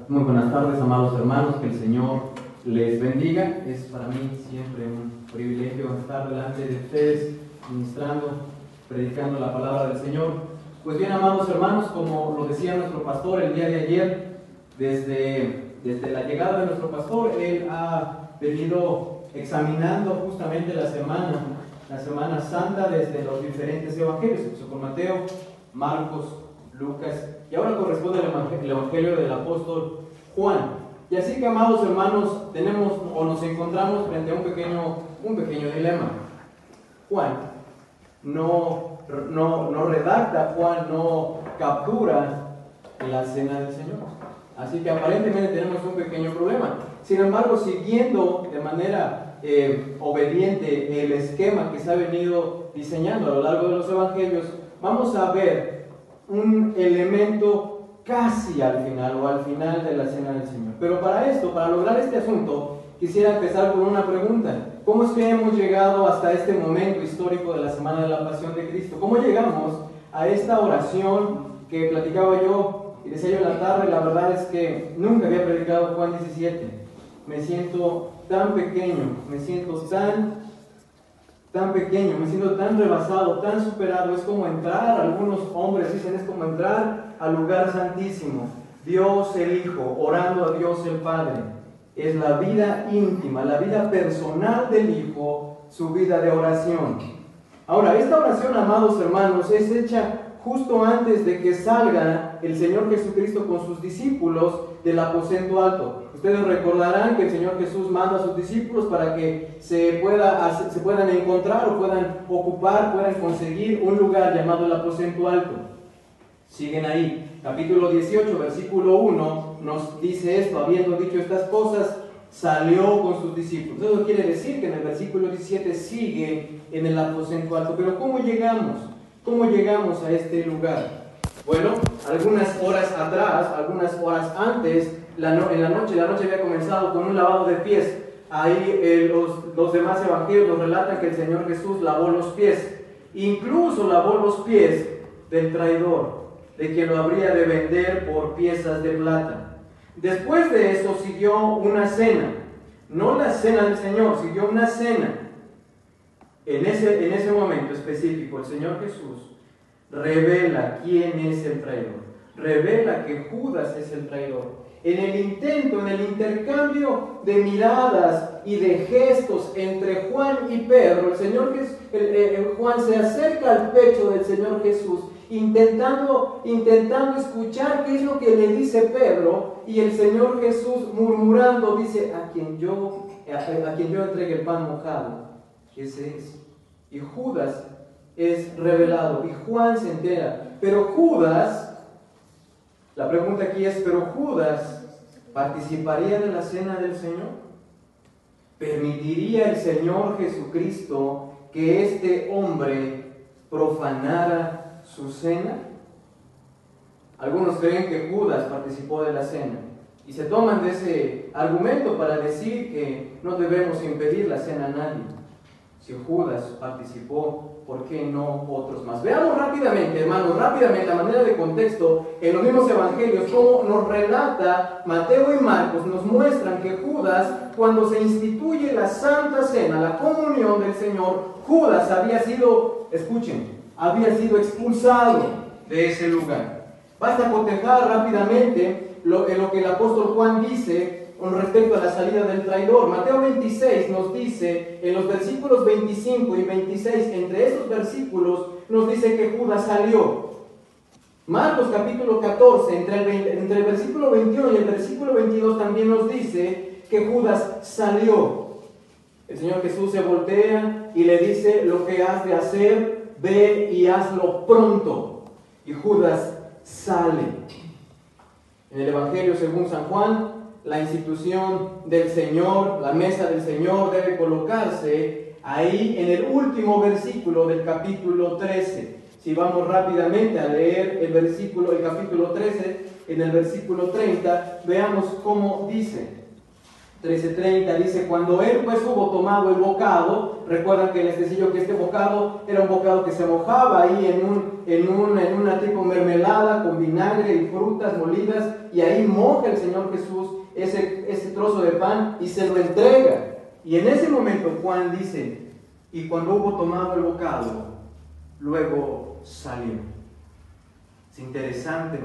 Muy buenas tardes, amados hermanos, que el Señor les bendiga. Es para mí siempre un privilegio estar delante de ustedes, ministrando, predicando la palabra del Señor. Pues bien, amados hermanos, como lo decía nuestro pastor el día de ayer, desde la llegada de nuestro pastor, él ha venido examinando justamente la Semana Santa desde los diferentes evangelios, empezó con Mateo, Marcos, Lucas, y ahora corresponde el evangelio del apóstol Juan. Y así que, amados hermanos, nos encontramos frente a un pequeño dilema. Juan no redacta, Juan no captura la cena del Señor. Así que aparentemente tenemos un pequeño problema. Sin embargo, siguiendo de manera obediente el esquema que se ha venido diseñando a lo largo de los evangelios, vamos a ver un elemento casi al final de la cena del Señor. Pero para lograr este asunto, quisiera empezar con una pregunta. ¿Cómo es que hemos llegado hasta este momento histórico de la Semana de la Pasión de Cristo? ¿Cómo llegamos a esta oración que platicaba yo y decía yo en la tarde? La verdad es que nunca había predicado Juan 17. Me siento tan pequeño, me siento tan pequeño, me siento tan rebasado, tan superado. Es como entrar, algunos hombres dicen, es como entrar al lugar santísimo. Dios el Hijo, orando a Dios el Padre. Es la vida íntima, la vida personal del Hijo, su vida de oración. Ahora, esta oración, amados hermanos, es hecha justo antes de que salga el Señor Jesucristo con sus discípulos del aposento alto. Ustedes recordarán que el Señor Jesús manda a sus discípulos para que se puedan encontrar o puedan conseguir un lugar llamado el aposento alto. Siguen ahí. Capítulo 18, versículo 1 nos dice esto: habiendo dicho estas cosas, salió con sus discípulos. Eso quiere decir que en el versículo 17 sigue en el aposento alto. Pero ¿cómo llegamos? ¿Cómo llegamos a este lugar? Bueno, algunas horas atrás, algunas horas antes, la noche había comenzado con un lavado de pies. Ahí los demás evangelios nos relatan que el Señor Jesús lavó los pies. Incluso lavó los pies del traidor, de quien lo habría de vender por piezas de plata. Después de eso siguió una cena. No la cena del Señor, siguió una cena. En ese momento específico, el Señor Jesús revela quién es el traidor. Revela que Judas es el traidor. En el intercambio de miradas y de gestos entre Juan y Pedro, Juan se acerca al pecho del Señor Jesús, intentando escuchar qué es lo que le dice Pedro, y el Señor Jesús murmurando dice: a quien yo entregue el pan mojado, ese es. Y Judas es revelado y Juan se entera. Pero Judas, la pregunta aquí es: ¿pero Judas participaría de la cena del Señor? ¿Permitiría el Señor Jesucristo que este hombre profanara su cena? Algunos creen que Judas participó de la cena y se toman de ese argumento para decir que no debemos impedir la cena a nadie. Si Judas participó, ¿por qué no otros más? Veamos rápidamente, hermanos, a manera de contexto, en los mismos evangelios, cómo nos relata Mateo y Marcos, nos muestran que Judas, cuando se instituye la Santa Cena, la comunión del Señor, Judas había sido expulsado de ese lugar. Basta cotejar rápidamente lo que el apóstol Juan dice con respecto a la salida del traidor. Mateo 26 nos dice, en los versículos 25 y 26, entre esos versículos nos dice que Judas salió. Marcos capítulo 14, entre el versículo 21 y el versículo 22 también nos dice que Judas salió. El Señor Jesús se voltea y le dice: lo que has de hacer, ve y hazlo pronto. Y Judas sale. En el Evangelio según San Juan, la institución del Señor, la mesa del Señor, debe colocarse ahí en el último versículo del capítulo 13. Si vamos rápidamente a leer el capítulo 13, en el versículo 30, veamos cómo dice: 13:30 dice: cuando él pues hubo tomado el bocado, recuerdan que les decía yo que este bocado era un bocado que se mojaba ahí en una tipo mermelada con vinagre y frutas molidas, y ahí moja el Señor Jesús ese trozo de pan y se lo entrega. Y en ese momento Juan dice: y cuando hubo tomado el bocado, luego salió. Es interesante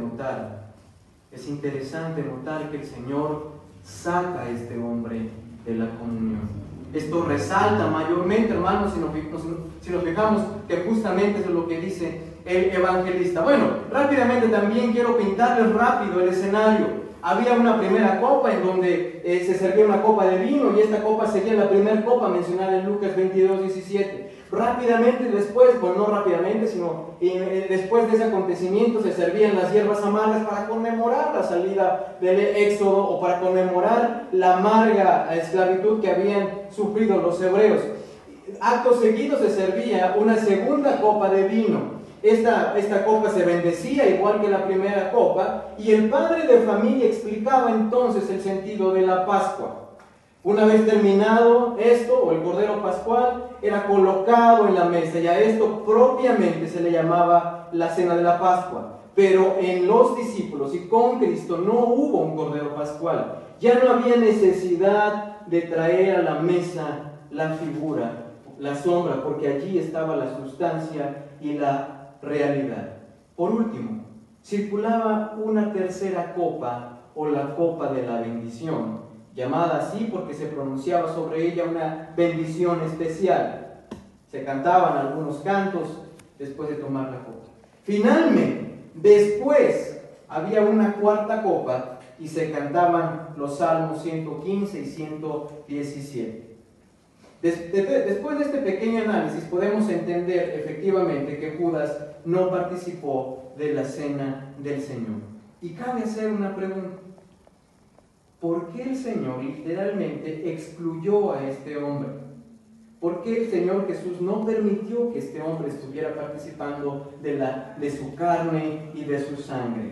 notar que el Señor saca a este hombre de la comunión. Esto resalta mayormente, hermanos, si nos fijamos que justamente eso es lo que dice el evangelista. Bueno, rápidamente también quiero pintarles rápido el escenario. Había una primera copa en donde se servía una copa de vino, y esta copa seguía la primera copa mencionada en Lucas 22:17. Rápidamente después, bueno, no rápidamente, sino después de ese acontecimiento se servían las hierbas amargas para conmemorar la salida del Éxodo, o para conmemorar la amarga esclavitud que habían sufrido los hebreos. Acto seguido se servía una segunda copa de vino. Esta copa se bendecía igual que la primera copa, y el padre de familia explicaba entonces el sentido de la Pascua. Una vez terminado esto, o el cordero pascual, era colocado en la mesa, y a esto propiamente se le llamaba la cena de la Pascua. Pero en los discípulos y con Cristo no hubo un cordero pascual. Ya no había necesidad de traer a la mesa la figura, la sombra, porque allí estaba la sustancia y la realidad. Por último, circulaba una tercera copa, o la copa de la bendición, llamada así porque se pronunciaba sobre ella una bendición especial. Se cantaban algunos cantos después de tomar la copa. Finalmente, después había una cuarta copa y se cantaban los salmos 115 y 117. Después de este pequeño análisis podemos entender efectivamente que Judas no participó de la cena del Señor. Y cabe hacer una pregunta: ¿por qué el Señor literalmente excluyó a este hombre? ¿Por qué el Señor Jesús no permitió que este hombre estuviera participando de su carne y de su sangre?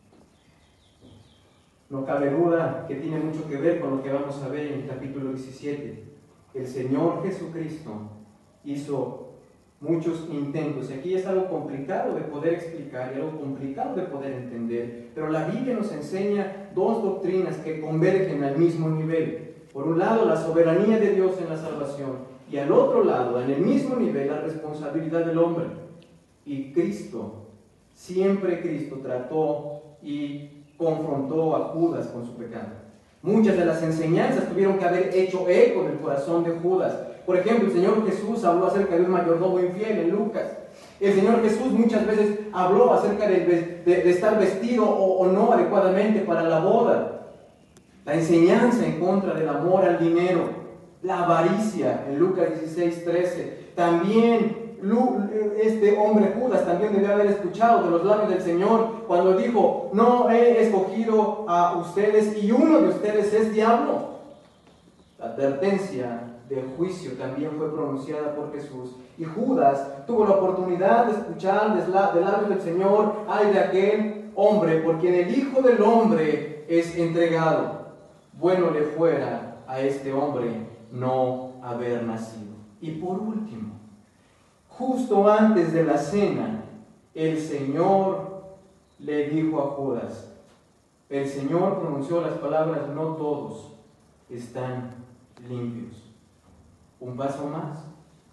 No cabe duda que tiene mucho que ver con lo que vamos a ver en el capítulo 17. El Señor Jesucristo hizo muchos intentos, y aquí es algo complicado de poder explicar y algo complicado de poder entender, pero la Biblia nos enseña dos doctrinas que convergen al mismo nivel. Por un lado, la soberanía de Dios en la salvación, y al otro lado, en el mismo nivel, la responsabilidad del hombre. Y Cristo, siempre Cristo trató y confrontó a Judas con su pecado. Muchas de las enseñanzas tuvieron que haber hecho eco en el corazón de Judas. Por ejemplo, el Señor Jesús habló acerca de un mayordomo infiel en Lucas. El Señor Jesús muchas veces habló acerca de estar vestido o no adecuadamente para la boda. La enseñanza en contra del amor al dinero, la avaricia en Lucas 16:13. También este hombre Judas también debió haber escuchado de los labios del Señor cuando dijo: no he escogido a ustedes y uno de ustedes es diablo. La advertencia de juicio también fue pronunciada por Jesús, y Judas tuvo la oportunidad de escuchar de labios del Señor: ay de aquel hombre por quien el Hijo del Hombre es entregado. Bueno le fuera a este hombre no haber nacido. Y por último, justo antes de la cena, el Señor le dijo a Judas, el Señor pronunció las palabras: no todos están limpios. Un paso más,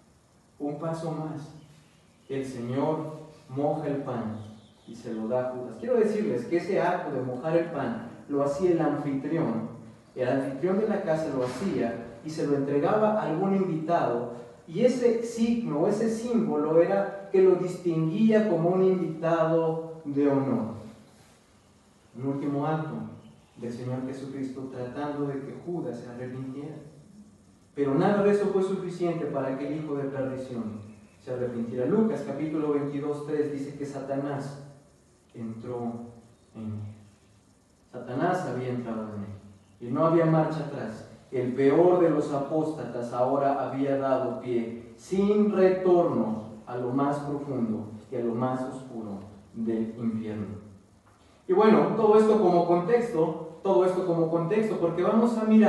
el Señor moja el pan y se lo da a Judas. Quiero decirles que ese acto de mojar el pan lo hacía el anfitrión de la casa lo hacía y se lo entregaba a algún invitado, y ese signo, ese símbolo era que lo distinguía como un invitado de honor. Un último acto del Señor Jesucristo tratando de que Judas se arrepintiera. Pero nada de eso fue suficiente para que el hijo de perdición se arrepintiera. Lucas capítulo 22:3 dice que Satanás entró en él. Satanás había entrado en él y no había marcha atrás. El peor de los apóstatas ahora había dado pie sin retorno a lo más profundo y a lo más oscuro del infierno. Y bueno, todo esto como contexto, porque vamos a mirar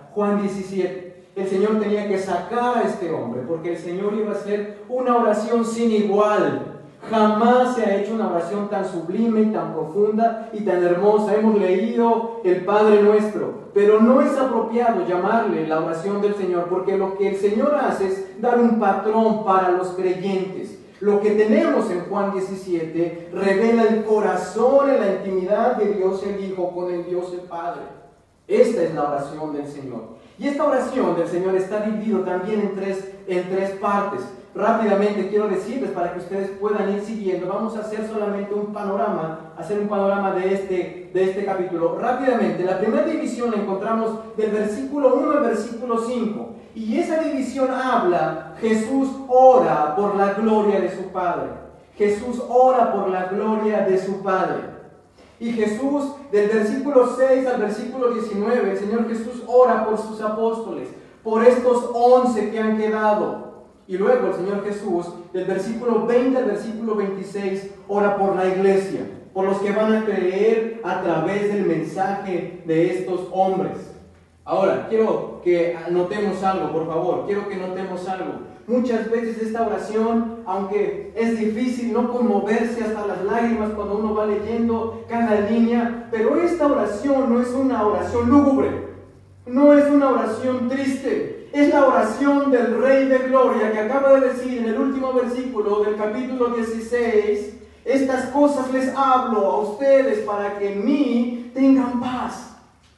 Juan 17. El Señor tenía que sacar a este hombre porque el Señor iba a hacer una oración sin igual. Jamás se ha hecho una oración tan sublime, tan profunda y tan hermosa. Hemos leído el Padre Nuestro, pero no es apropiado llamarle la oración del Señor, porque lo que el Señor hace es dar un patrón para los creyentes. Lo que tenemos en Juan 17 revela el corazón en la intimidad de Dios el Hijo con el Dios el Padre. Esta es la oración del Señor. Y esta oración del Señor está dividida también en tres partes. Rápidamente quiero decirles para que ustedes puedan ir siguiendo. Vamos a hacer solamente un panorama de este capítulo. Rápidamente, la primera división la encontramos del versículo 1 al versículo 5. Y esa división habla, Jesús ora por la gloria de su Padre. Jesús ora por la gloria de su Padre. Y Jesús, del versículo 6 al versículo 19, el Señor Jesús ora por sus apóstoles, por estos 11 que han quedado. Y luego el Señor Jesús, del versículo 20 al versículo 26, ora por la iglesia, por los que van a creer a través del mensaje de estos hombres. Ahora, quiero que notemos algo, por favor, quiero que notemos algo. Muchas veces esta oración, aunque es difícil no conmoverse hasta las lágrimas cuando uno va leyendo cada línea, pero esta oración no es una oración lúgubre, no es una oración triste. Es la oración del Rey de Gloria que acaba de decir en el último versículo del capítulo 16, estas cosas les hablo a ustedes para que en mí tengan paz.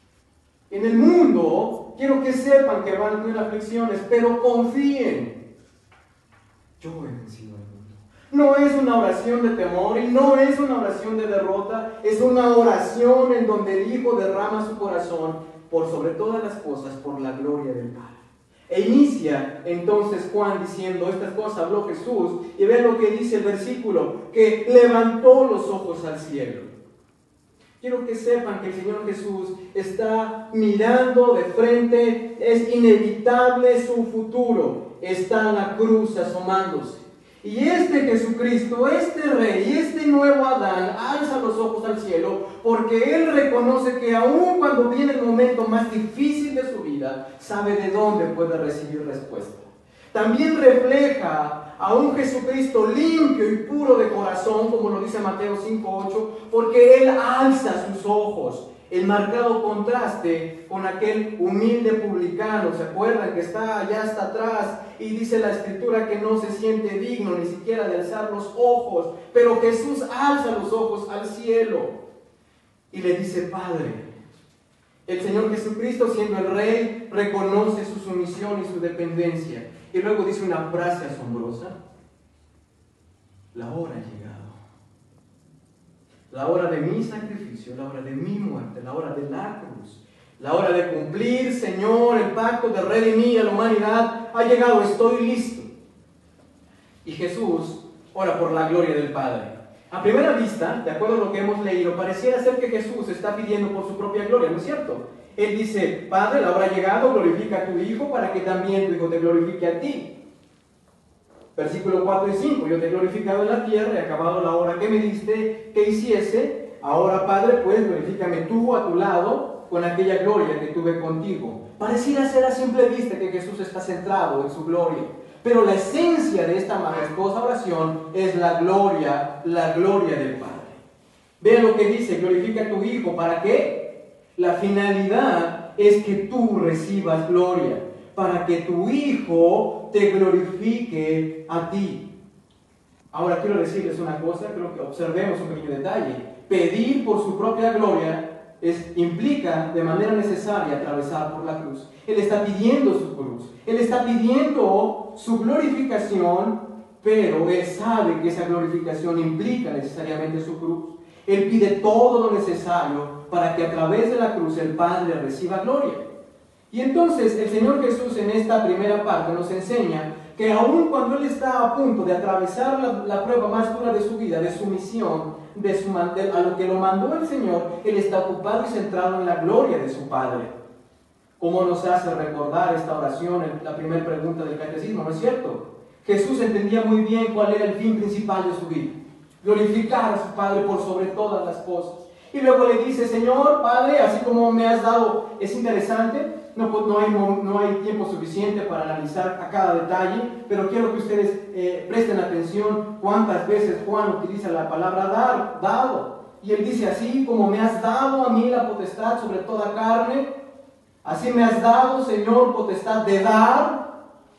En el mundo, quiero que sepan que van a tener aflicciones, pero confíen. Yo he vencido al mundo. No es una oración de temor y no es una oración de derrota, es una oración en donde el Hijo derrama su corazón por sobre todas las cosas, por la gloria del Padre. E inicia entonces Juan diciendo, estas cosas habló Jesús, y vean lo que dice el versículo, que levantó los ojos al cielo. Quiero que sepan que el Señor Jesús está mirando de frente, es inevitable su futuro, está en la cruz asomándose. Y este Jesucristo, este Rey, este nuevo Adán, alza los ojos al cielo porque Él reconoce que aun cuando viene el momento más difícil de su vida, sabe de dónde puede recibir respuesta. También refleja a un Jesucristo limpio y puro de corazón, como lo dice Mateo 5:8, porque Él alza sus ojos. El marcado contraste con aquel humilde publicano, ¿se acuerdan? Que está allá hasta atrás y dice la Escritura que no se siente digno ni siquiera de alzar los ojos, pero Jesús alza los ojos al cielo y le dice, Padre. El Señor Jesucristo, siendo el Rey, reconoce su sumisión y su dependencia. Y luego dice una frase asombrosa, la hora ha llegado. La hora de mi sacrificio, la hora de mi muerte, la hora de la cruz, la hora de cumplir, Señor, el pacto de redimir a la humanidad ha llegado, estoy listo. Y Jesús ora por la gloria del Padre. A primera vista, de acuerdo a lo que hemos leído, pareciera ser que Jesús está pidiendo por su propia gloria, ¿no es cierto? Él dice, Padre, la hora ha llegado, glorifica a tu Hijo para que también tu Hijo te glorifique a ti. Versículo 4 y 5, yo te he glorificado en la tierra, he acabado la hora que me diste que hiciese. Ahora, Padre, pues glorifícame tú a tu lado con aquella gloria que tuve contigo. Pareciera ser a simple vista que Jesús está centrado en su gloria. Pero la esencia de esta majestuosa oración es la gloria del Padre. Vean lo que dice, glorifica a tu Hijo. ¿Para qué? La finalidad es que tú recibas gloria, para que tu Hijo te glorifique a ti. Ahora quiero decirles una cosa, creo que observemos un pequeño detalle. Pedir por su propia gloria implica de manera necesaria atravesar por la cruz. Él está pidiendo su cruz, Él está pidiendo su glorificación, pero Él sabe que esa glorificación implica necesariamente su cruz. Él pide todo lo necesario para que a través de la cruz el Padre reciba gloria. Y entonces el Señor Jesús en esta primera parte nos enseña que aun cuando Él está a punto de atravesar la prueba más dura de su vida, de su misión, a lo que lo mandó el Señor, Él está ocupado y centrado en la gloria de su Padre. ¿Cómo nos hace recordar esta oración en la primera pregunta del catecismo? ¿No es cierto? Jesús entendía muy bien cuál era el fin principal de su vida: glorificar a su Padre por sobre todas las cosas. Y luego le dice, Señor, Padre, así como me has dado, es interesante, no hay tiempo suficiente para analizar a cada detalle, pero quiero que ustedes presten atención cuántas veces Juan utiliza la palabra dar, dado. Y él dice, así como me has dado a mí la potestad sobre toda carne, así me has dado, Señor, potestad de dar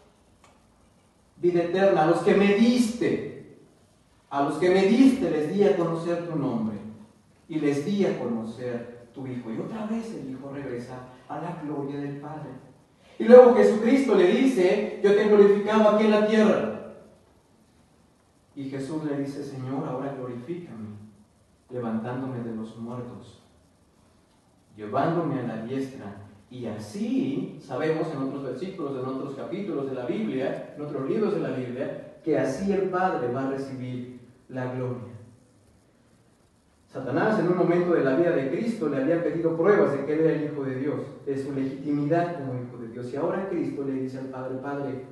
vida eterna a los que me diste. A los que me diste les di a conocer tu nombre y les di a conocer tu Hijo. Y otra vez el Hijo regresa a la gloria del Padre. Y luego Jesucristo le dice, yo te he glorificado aquí en la tierra. Y Jesús le dice, Señor, ahora glorifícame, levantándome de los muertos, llevándome a la diestra. Y así, sabemos en otros versículos, en otros capítulos de la Biblia, en otros libros de la Biblia, que así el Padre va a recibir la gloria. Satanás en un momento de la vida de Cristo le había pedido pruebas de que él era el Hijo de Dios, de su legitimidad como Hijo de Dios. Y ahora Cristo le dice al Padre, Padre,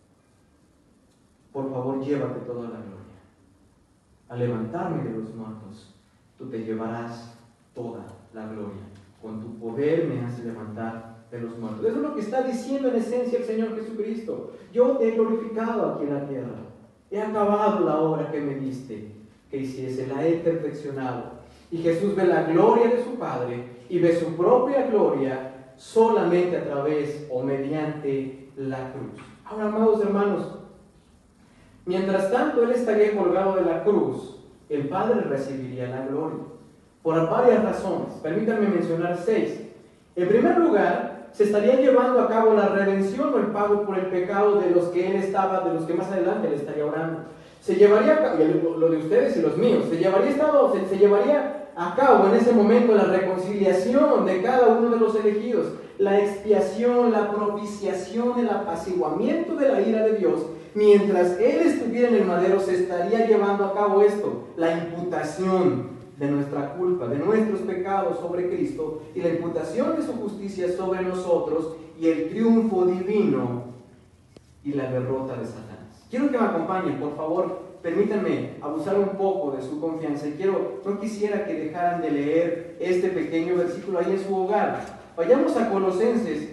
por favor llévate toda la gloria. Al levantarme de los muertos, tú te llevarás toda la gloria. Con tu poder me haces levantar de los muertos. Eso es lo que está diciendo en esencia el Señor Jesucristo. Yo te he glorificado aquí en la tierra. He acabado la obra que me diste que hiciese, la he perfeccionado. Y Jesús ve la gloria de su Padre y ve su propia gloria solamente a través o mediante la cruz. Ahora, amados hermanos, mientras tanto Él estaría colgado de la cruz, el Padre recibiría la gloria. Por varias razones. Permítanme mencionar 6. En primer lugar, se estaría llevando a cabo la redención o el pago por el pecado de los que Él estaba, de los que más adelante Él estaría orando. Se llevaría a cabo, lo de ustedes y los míos, se llevaría a cabo en ese momento la reconciliación de cada uno de los elegidos, la expiación, la propiciación, el apaciguamiento de la ira de Dios. Mientras Él estuviera en el madero, se estaría llevando a cabo esto, la imputación de nuestra culpa, de nuestros pecados sobre Cristo y la imputación de su justicia sobre nosotros y el triunfo divino y la derrota de Satanás. Quiero que me acompañen, por favor, permítanme abusar un poco de su confianza y no quisiera que dejaran de leer este pequeño versículo ahí en su hogar. Vayamos a Colosenses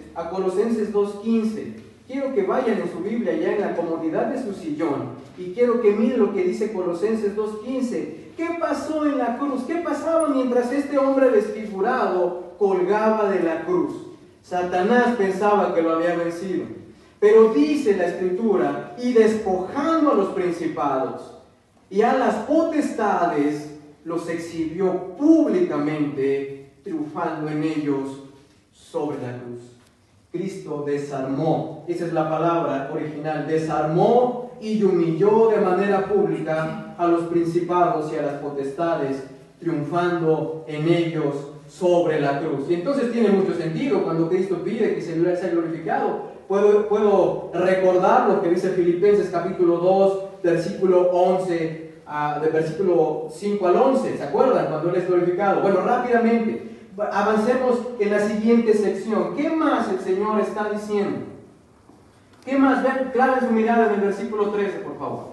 2:15. Quiero que vayan en su Biblia ya en la comodidad de su sillón y quiero que miren lo que dice Colosenses 2:15. ¿Qué pasó en la cruz? ¿Qué pasaba mientras este hombre desfigurado colgaba de la cruz? Satanás pensaba que lo había vencido. Pero dice la Escritura, y despojando a los principados y a las potestades, los exhibió públicamente, triunfando en ellos sobre la cruz. Cristo desarmó, esa es la palabra original, desarmó y humilló de manera pública a los principados y a las potestades, triunfando en ellos sobre la cruz. Y entonces tiene mucho sentido cuando Cristo pide que sea glorificado. Puedo recordar lo que dice Filipenses capítulo 2, versículo 11, de versículo 5 al 11. ¿Se acuerdan? Cuando Él es glorificado. Bueno, rápidamente, avancemos en la siguiente sección. ¿Qué más el Señor está diciendo? ¿Qué más? Vean, claven su mirada en el versículo 13, por favor.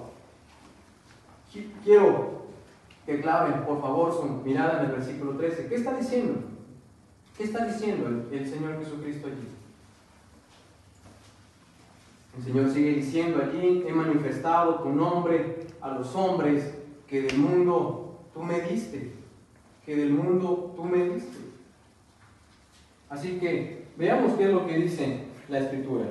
Quiero que claven, por favor, su mirada en el versículo 13. ¿Qué está diciendo? ¿Qué está diciendo el Señor Jesucristo allí? El Señor sigue diciendo allí, he manifestado tu nombre a los hombres que del mundo tú me diste, que del mundo tú me diste. Así que veamos qué es lo que dice la Escritura.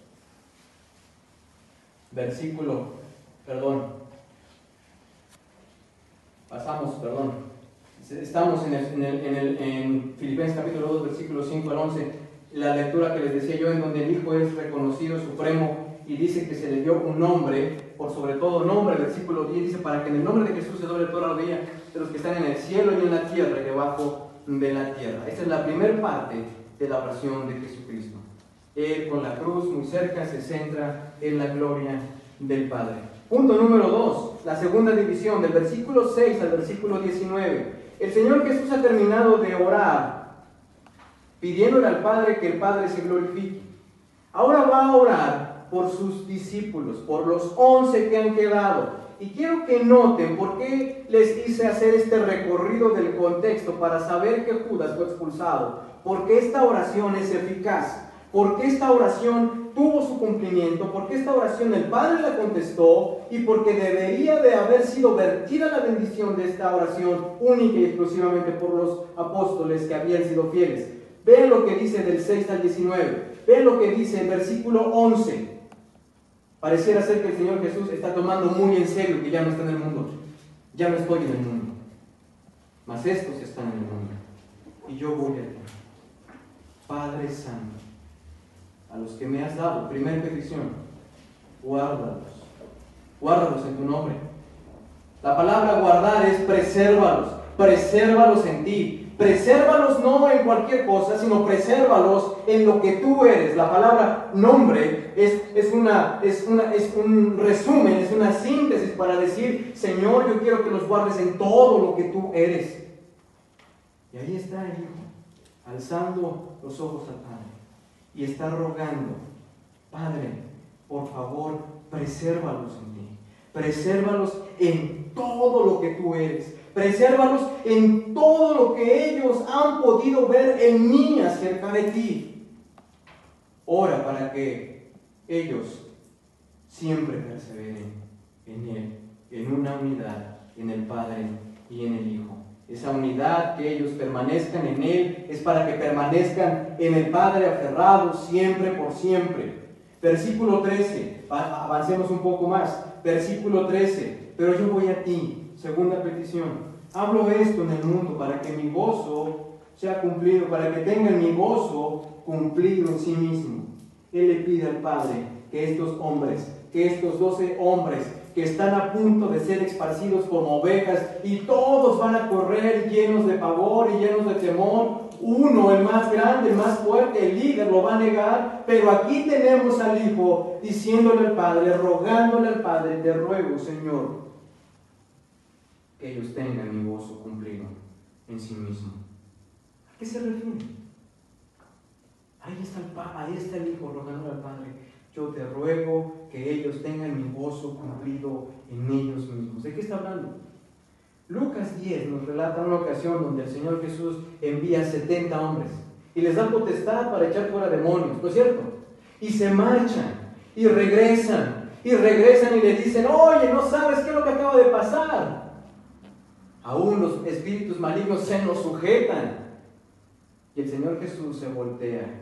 Estamos en Filipenses capítulo 2, versículos 5 al 11. La lectura que les decía yo, en donde el Hijo es reconocido supremo y dice que se le dio un nombre, por sobre todo nombre. Versículo 10 dice, para que en el nombre de Jesús se doble toda la rodilla de los que están en el cielo y en la tierra y debajo de la tierra. Esta es la primera parte de la oración de Jesucristo. Él con la cruz muy cerca se centra en la gloria del Padre. Punto número 2, la segunda división, del versículo 6 al versículo 19. El Señor Jesús ha terminado de orar pidiéndole al Padre que el Padre se glorifique. Ahora va a orar por sus discípulos, por los 11 que han quedado. Y quiero que noten por qué les hice hacer este recorrido del contexto para saber que Judas fue expulsado. Porque esta oración es eficaz. Porque esta oración tuvo su cumplimiento. Porque esta oración el Padre la contestó. Y porque debería de haber sido vertida la bendición de esta oración única y exclusivamente por los apóstoles que habían sido fieles. Vean lo que dice del 6 al 19. Vean lo que dice el versículo 11. Pareciera ser que el Señor Jesús está tomando muy en serio que ya no está en el mundo. Ya no estoy en el mundo. Mas estos están en el mundo. Y yo voy allá. Padre Santo, a los que me has dado, primera petición, guárdalos. Guárdalos en tu nombre. La palabra guardar es presérvalos. Presérvalos en ti. Presérvalos no en cualquier cosa, sino presérvalos en lo que tú eres. La palabra nombre es un resumen, es una síntesis para decir, Señor, yo quiero que los guardes en todo lo que tú eres. Y ahí está el Hijo, alzando los ojos al Padre, y está rogando, Padre, por favor, presérvalos en ti. Presérvalos en todo lo que tú eres. Presérvalos en todo lo que ellos han podido ver en mí acerca de ti. Ora para que ellos siempre perseveren en Él, en una unidad, en el Padre y en el Hijo. Esa unidad, que ellos permanezcan en Él, es para que permanezcan en el Padre aferrados siempre por siempre. Versículo 13, avancemos un poco más. Versículo 13, pero yo voy a ti. Segunda petición, hablo esto en el mundo para que mi gozo sea cumplido, para que tengan mi gozo cumplido en sí mismo. Él le pide al Padre que estos hombres, que estos 12 hombres que están a punto de ser esparcidos como ovejas y todos van a correr llenos de pavor y llenos de temor. Uno, el más grande, el más fuerte, el líder, lo va a negar, pero aquí tenemos al Hijo diciéndole al Padre, rogándole al Padre, te ruego, Señor, que ellos tengan mi gozo cumplido en sí mismo. ¿A qué se refiere? Ahí está el Hijo rogando al Padre, yo te ruego que ellos tengan mi gozo cumplido en ellos mismos. ¿De qué está hablando? Lucas 10 nos relata una ocasión donde el Señor Jesús envía 70 hombres y les da potestad para echar fuera demonios, ¿no es cierto? Y se marchan y regresan y le dicen, oye, ¿no sabes qué es lo que acaba de pasar? Aún los espíritus malignos se nos sujetan. Y el Señor Jesús se voltea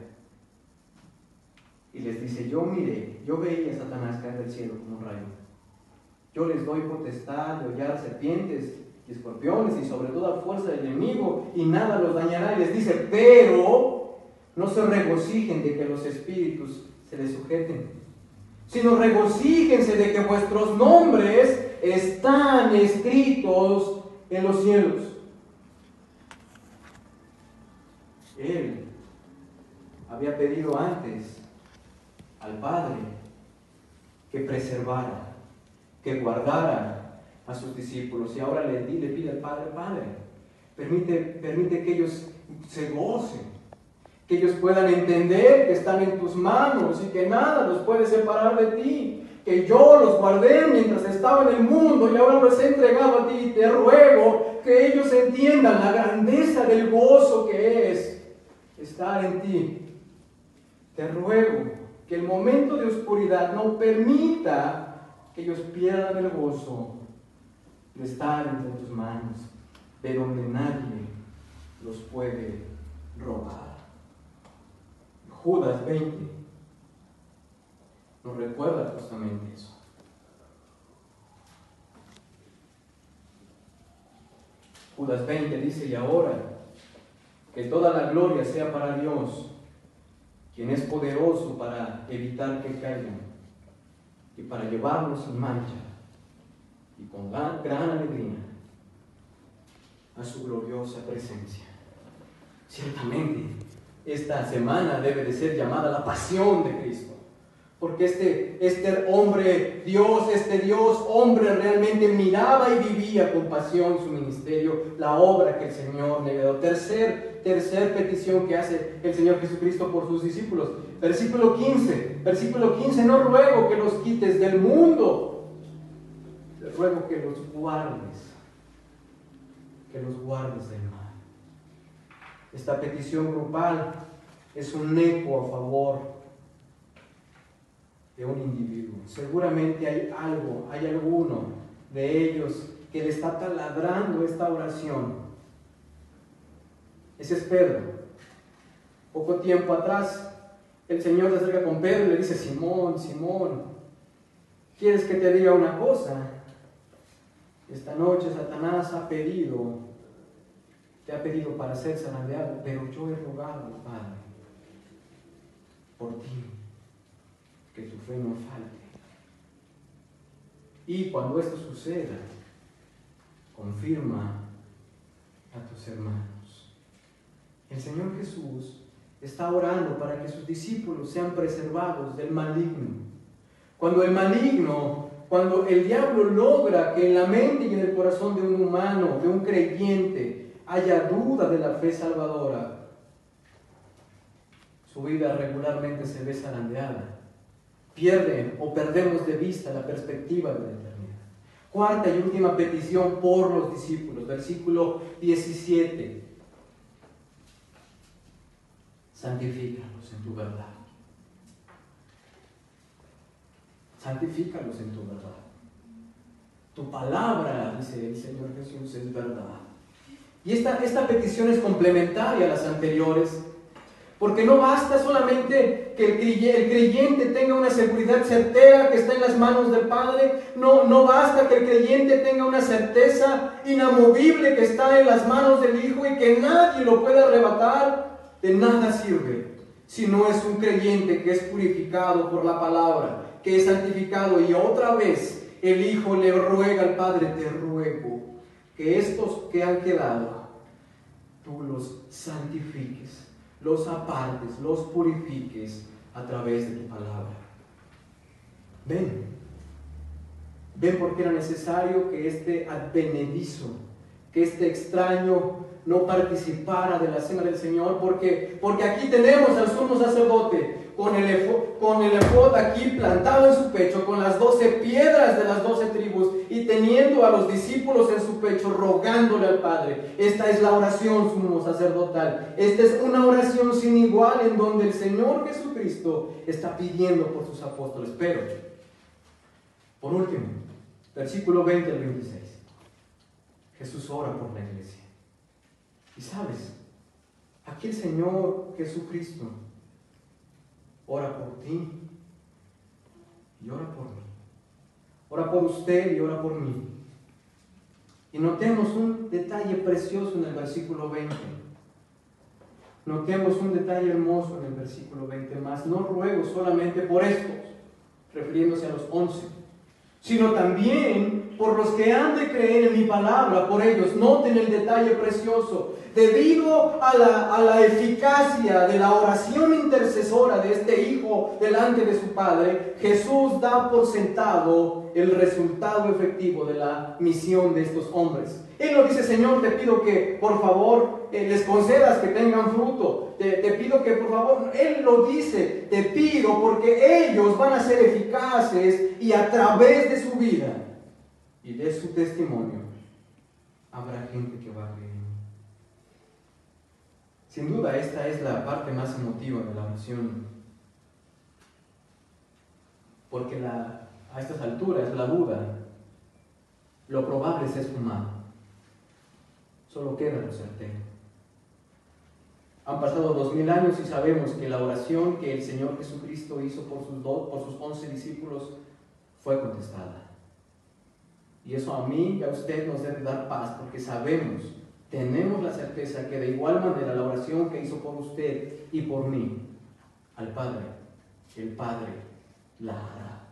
y les dice, yo veía a Satanás caer del cielo como un rayo. Yo les doy potestad de hollar serpientes y escorpiones y sobre toda fuerza del enemigo y nada los dañará. Y les dice, pero no se regocijen de que los espíritus se les sujeten, sino regocíjense de que vuestros nombres están escritos en los cielos. Él había pedido antes al Padre que preservara, que guardara a sus discípulos, y ahora le pide al Padre, permite que ellos se gocen, que ellos puedan entender que están en tus manos y que nada los puede separar de ti, que yo los guardé mientras estaba en el mundo y ahora los he entregado a ti. Te ruego que ellos entiendan la grandeza del gozo que es estar en ti. Te ruego que el momento de oscuridad no permita que ellos pierdan el gozo de estar entre tus manos, de donde nadie los puede robar. Judas 20 nos recuerda justamente eso. Judas 20 dice, y ahora que toda la gloria sea para Dios, quien es poderoso para evitar que caigan y para llevarlos sin mancha y con gran alegría a su gloriosa presencia. Ciertamente, esta semana debe de ser llamada la pasión de Cristo, porque este hombre Dios, hombre realmente miraba y vivía con pasión su ministerio, la obra que el Señor le dio. Tercer petición que hace el Señor Jesucristo por sus discípulos. Versículo 15, no ruego que los quites del mundo. te ruego que los guardes del mal. Esta petición grupal es un eco a favor de un individuo. Seguramente hay alguno de ellos que le está taladrando esta oración. Ese es Pedro. Poco tiempo atrás, el Señor se acerca con Pedro y le dice: Simón, Simón, ¿quieres que te diga una cosa? Esta noche Satanás te ha pedido para ser zarandeado, pero yo he rogado al Padre por ti, que tu fe no falte. Y cuando esto suceda, confirma a tus hermanos. El Señor Jesús está orando para que sus discípulos sean preservados del maligno. Cuando el diablo logra que en la mente y en el corazón de un humano, de un creyente, haya duda de la fe salvadora, su vida regularmente se ve zarandeada. Perdemos de vista la perspectiva de la eternidad. Cuarta y última petición por los discípulos, versículo 17. Santifícalos en tu verdad. Santifícalos en tu verdad. Tu palabra, dice el Señor Jesús, es verdad. Y esta petición es complementaria a las anteriores, porque no basta solamente que el creyente tenga una seguridad certera que está en las manos del Padre, no basta que el creyente tenga una certeza inamovible que está en las manos del Hijo y que nadie lo puede arrebatar. De nada sirve si no es un creyente que es purificado por la palabra, que es santificado, y otra vez el Hijo le ruega al Padre: te ruego que estos que han quedado, tú los santifiques, los apartes, los purifiques a través de tu palabra. Ven por qué era necesario que este advenedizo, que este extraño no participara de la cena del Señor, porque aquí tenemos al sumo sacerdote con el efod aquí plantado en su pecho, con las 12 piedras de las 12 tribus, y teniendo a los discípulos en su pecho, rogándole al Padre. Esta es la oración sumo sacerdotal. Esta es una oración sin igual, en donde el Señor Jesucristo está pidiendo por sus apóstoles. Pero, por último, versículo 20 al 26, Jesús ora por la iglesia. Y sabes, aquí el Señor Jesucristo ora por ti y ora por mí. Ora por usted y ora por mí. Y notemos un detalle precioso en el versículo 20. Notemos un detalle hermoso en el versículo 20. Más no ruego solamente por estos, refiriéndose a los 11, sino también por los que han de creer en mi palabra, por ellos. Noten el detalle precioso. Debido a la eficacia de la oración intercesora de este Hijo delante de su Padre, Jesús da por sentado el resultado efectivo de la misión de estos hombres. Él lo dice: Señor, te pido que por favor les concedas que tengan fruto. Te pido que por favor, Él lo dice, te pido, porque ellos van a ser eficaces, y a través de su vida y de su testimonio habrá gente que va a creer. Sin duda, esta es la parte más emotiva de la oración, porque a estas alturas la duda, lo probable se ha esfumado. Solo queda lo certero. Han pasado 2000 años y sabemos que la oración que el Señor Jesucristo hizo por sus 11 discípulos fue contestada. Y eso a mí y a usted nos debe dar paz, porque tenemos la certeza que de igual manera la oración que hizo por usted y por mí, al Padre, el Padre la hará.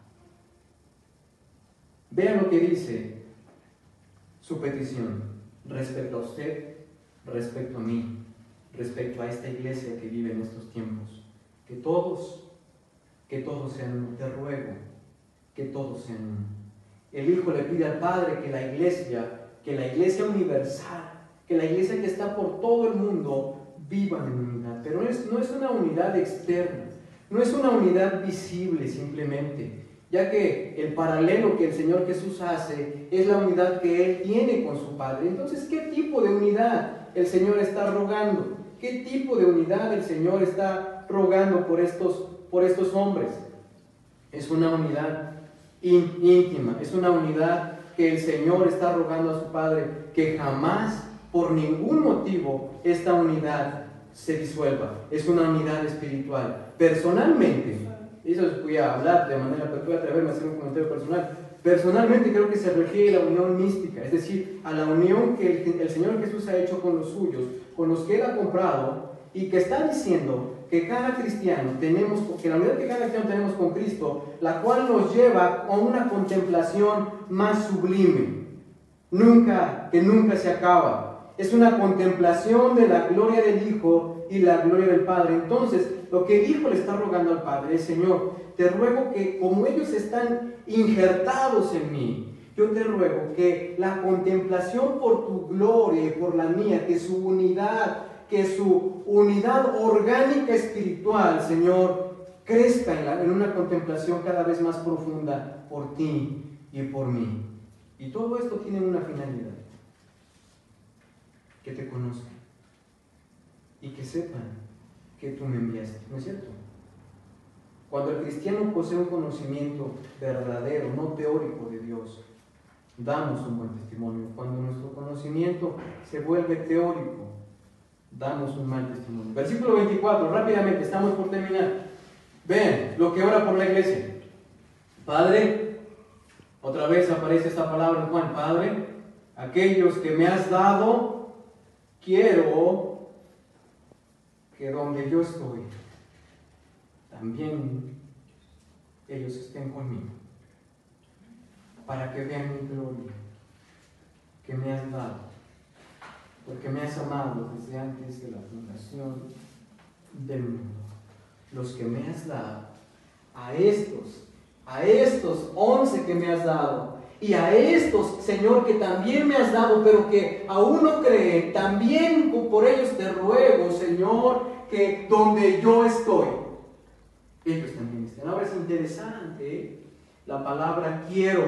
Vean lo que dice su petición respecto a usted, respecto a mí, respecto a esta iglesia que vive en estos tiempos. Que todos sean uno. Te ruego que todos sean uno. El Hijo le pide al Padre que la iglesia universal, que la iglesia que está por todo el mundo, viva en unidad. Pero no es una unidad externa, no es una unidad visible simplemente. ya que el paralelo que el Señor Jesús hace es la unidad que Él tiene con su Padre. Entonces, ¿qué tipo de unidad el Señor está rogando? ¿Qué tipo de unidad el Señor está rogando por estos hombres? Es una unidad íntima, es una unidad que el Señor está rogando a su Padre que jamás, por ningún motivo, esta unidad se disuelva. Es una unidad espiritual. Personalmente, eso les voy a hablar de manera, pero voy a atreverme a hacer un comentario personal. Personalmente creo que se refiere a la unión mística, es decir, a la unión que el Señor Jesús ha hecho con los suyos, con los que Él ha comprado, y que está diciendo que cada cristiano tenemos, que la unidad que cada cristiano tenemos con Cristo, la cual nos lleva a una contemplación más sublime, que nunca se acaba. Es una contemplación de la gloria del Hijo y la gloria del Padre. Entonces, lo que el Hijo le está rogando al Padre es: Señor, te ruego que como ellos están injertados en mí, yo te ruego que la contemplación por tu gloria y por la mía, que su unidad orgánica espiritual, Señor, crezca en una contemplación cada vez más profunda por ti y por mí. Y todo esto tiene una finalidad: que te conozcan y que sepan que tú me enviaste. ¿No es cierto? Cuando el cristiano posee un conocimiento verdadero, no teórico de Dios, damos un buen testimonio. Cuando nuestro conocimiento se vuelve teórico, damos un mal testimonio. Versículo 24, rápidamente, estamos por terminar. Vean lo que ora por la iglesia. Padre, otra vez aparece esta palabra en Juan: Padre, aquellos que me has dado, quiero que donde yo estoy, también ellos estén conmigo, para que vean mi gloria que me has dado, porque me has amado desde antes de la fundación del mundo. Los que me has dado, a estos 11 que me has dado, y a estos, Señor, que también me has dado, pero que aún no creen, también por ellos te ruego, Señor, que donde yo estoy, ellos también estén. Ahora es interesante la palabra quiero.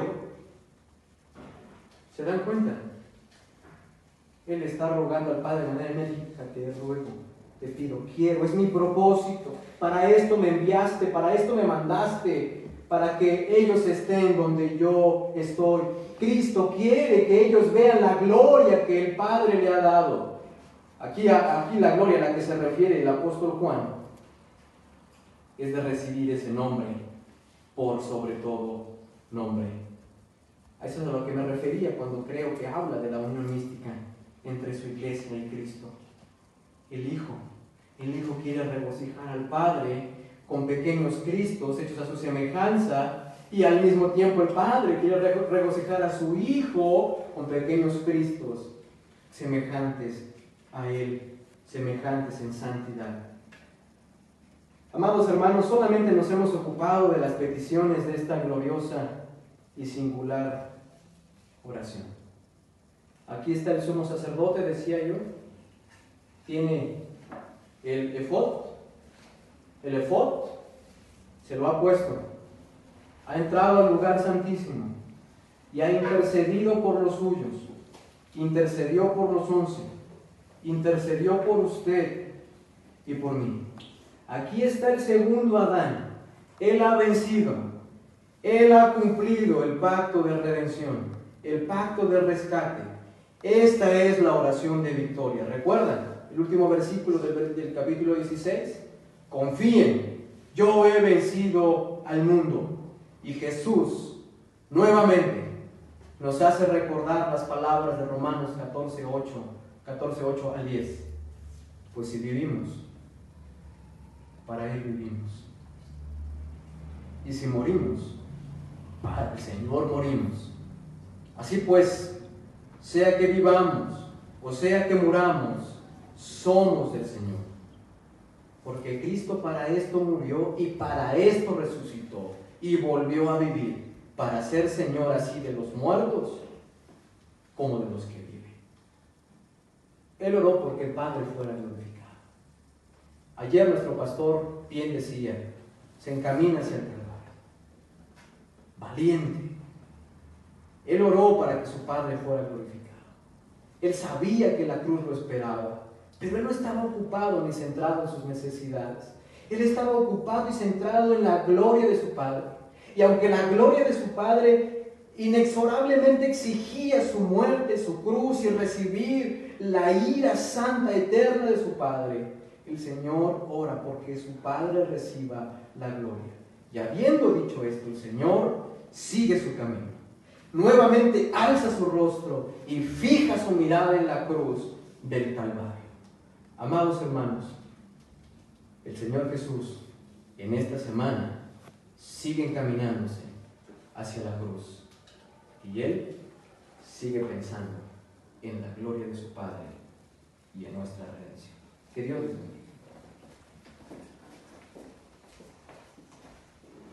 ¿Se dan cuenta? Él está rogando al Padre de manera enérgica: te ruego, te pido, quiero, es mi propósito, para esto me enviaste, para esto me mandaste, para que ellos estén donde yo estoy. Cristo quiere que ellos vean la gloria que el Padre le ha dado. Aquí la gloria a la que se refiere el apóstol Juan es de recibir ese nombre por sobre todo nombre. A eso es a lo que me refería cuando creo que habla de la unión mística entre su iglesia y Cristo. El Hijo quiere regocijar al Padre con pequeños Cristos hechos a su semejanza, y al mismo tiempo el Padre quiere regocijar a su Hijo con pequeños Cristos semejantes a Él, semejantes en santidad. Amados hermanos, solamente nos hemos ocupado de las peticiones de esta gloriosa y singular oración. Aquí está el sumo sacerdote, decía yo, tiene el efod, se lo ha puesto, ha entrado al lugar santísimo y ha intercedido por los suyos, intercedió por los 11, intercedió por usted y por mí. Aquí está el segundo Adán. Él ha vencido, él ha cumplido el pacto de redención, el pacto de rescate. Esta es la oración de victoria. ¿Recuerdan el último versículo del capítulo 16? Confíen, yo he vencido al mundo. Y Jesús nuevamente nos hace recordar las palabras de Romanos 14:8 al 10. Pues si vivimos, para Él vivimos. Y si morimos, para el Señor morimos. Así pues, sea que vivamos o sea que muramos, somos del Señor. Porque Cristo para esto murió y para esto resucitó y volvió a vivir, para ser Señor así de los muertos como de los que viven. Él oró porque el Padre fuera glorificado. Ayer nuestro pastor bien decía, se encamina hacia el Calvario. valiente. Él oró para que su Padre fuera glorificado. Él sabía que la cruz lo esperaba, pero él no estaba ocupado ni centrado en sus necesidades. Él estaba ocupado y centrado en la gloria de su Padre. Y aunque la gloria de su Padre inexorablemente exigía su muerte, su cruz y recibir la ira santa eterna de su Padre, el Señor ora porque su Padre reciba la gloria. Y habiendo dicho esto, el Señor sigue su camino. Nuevamente alza su rostro y fija su mirada en la cruz del Calvario. Amados hermanos, el Señor Jesús en esta semana sigue encaminándose hacia la cruz y Él sigue pensando en la gloria de su Padre y en nuestra redención. Que Dios les bendiga.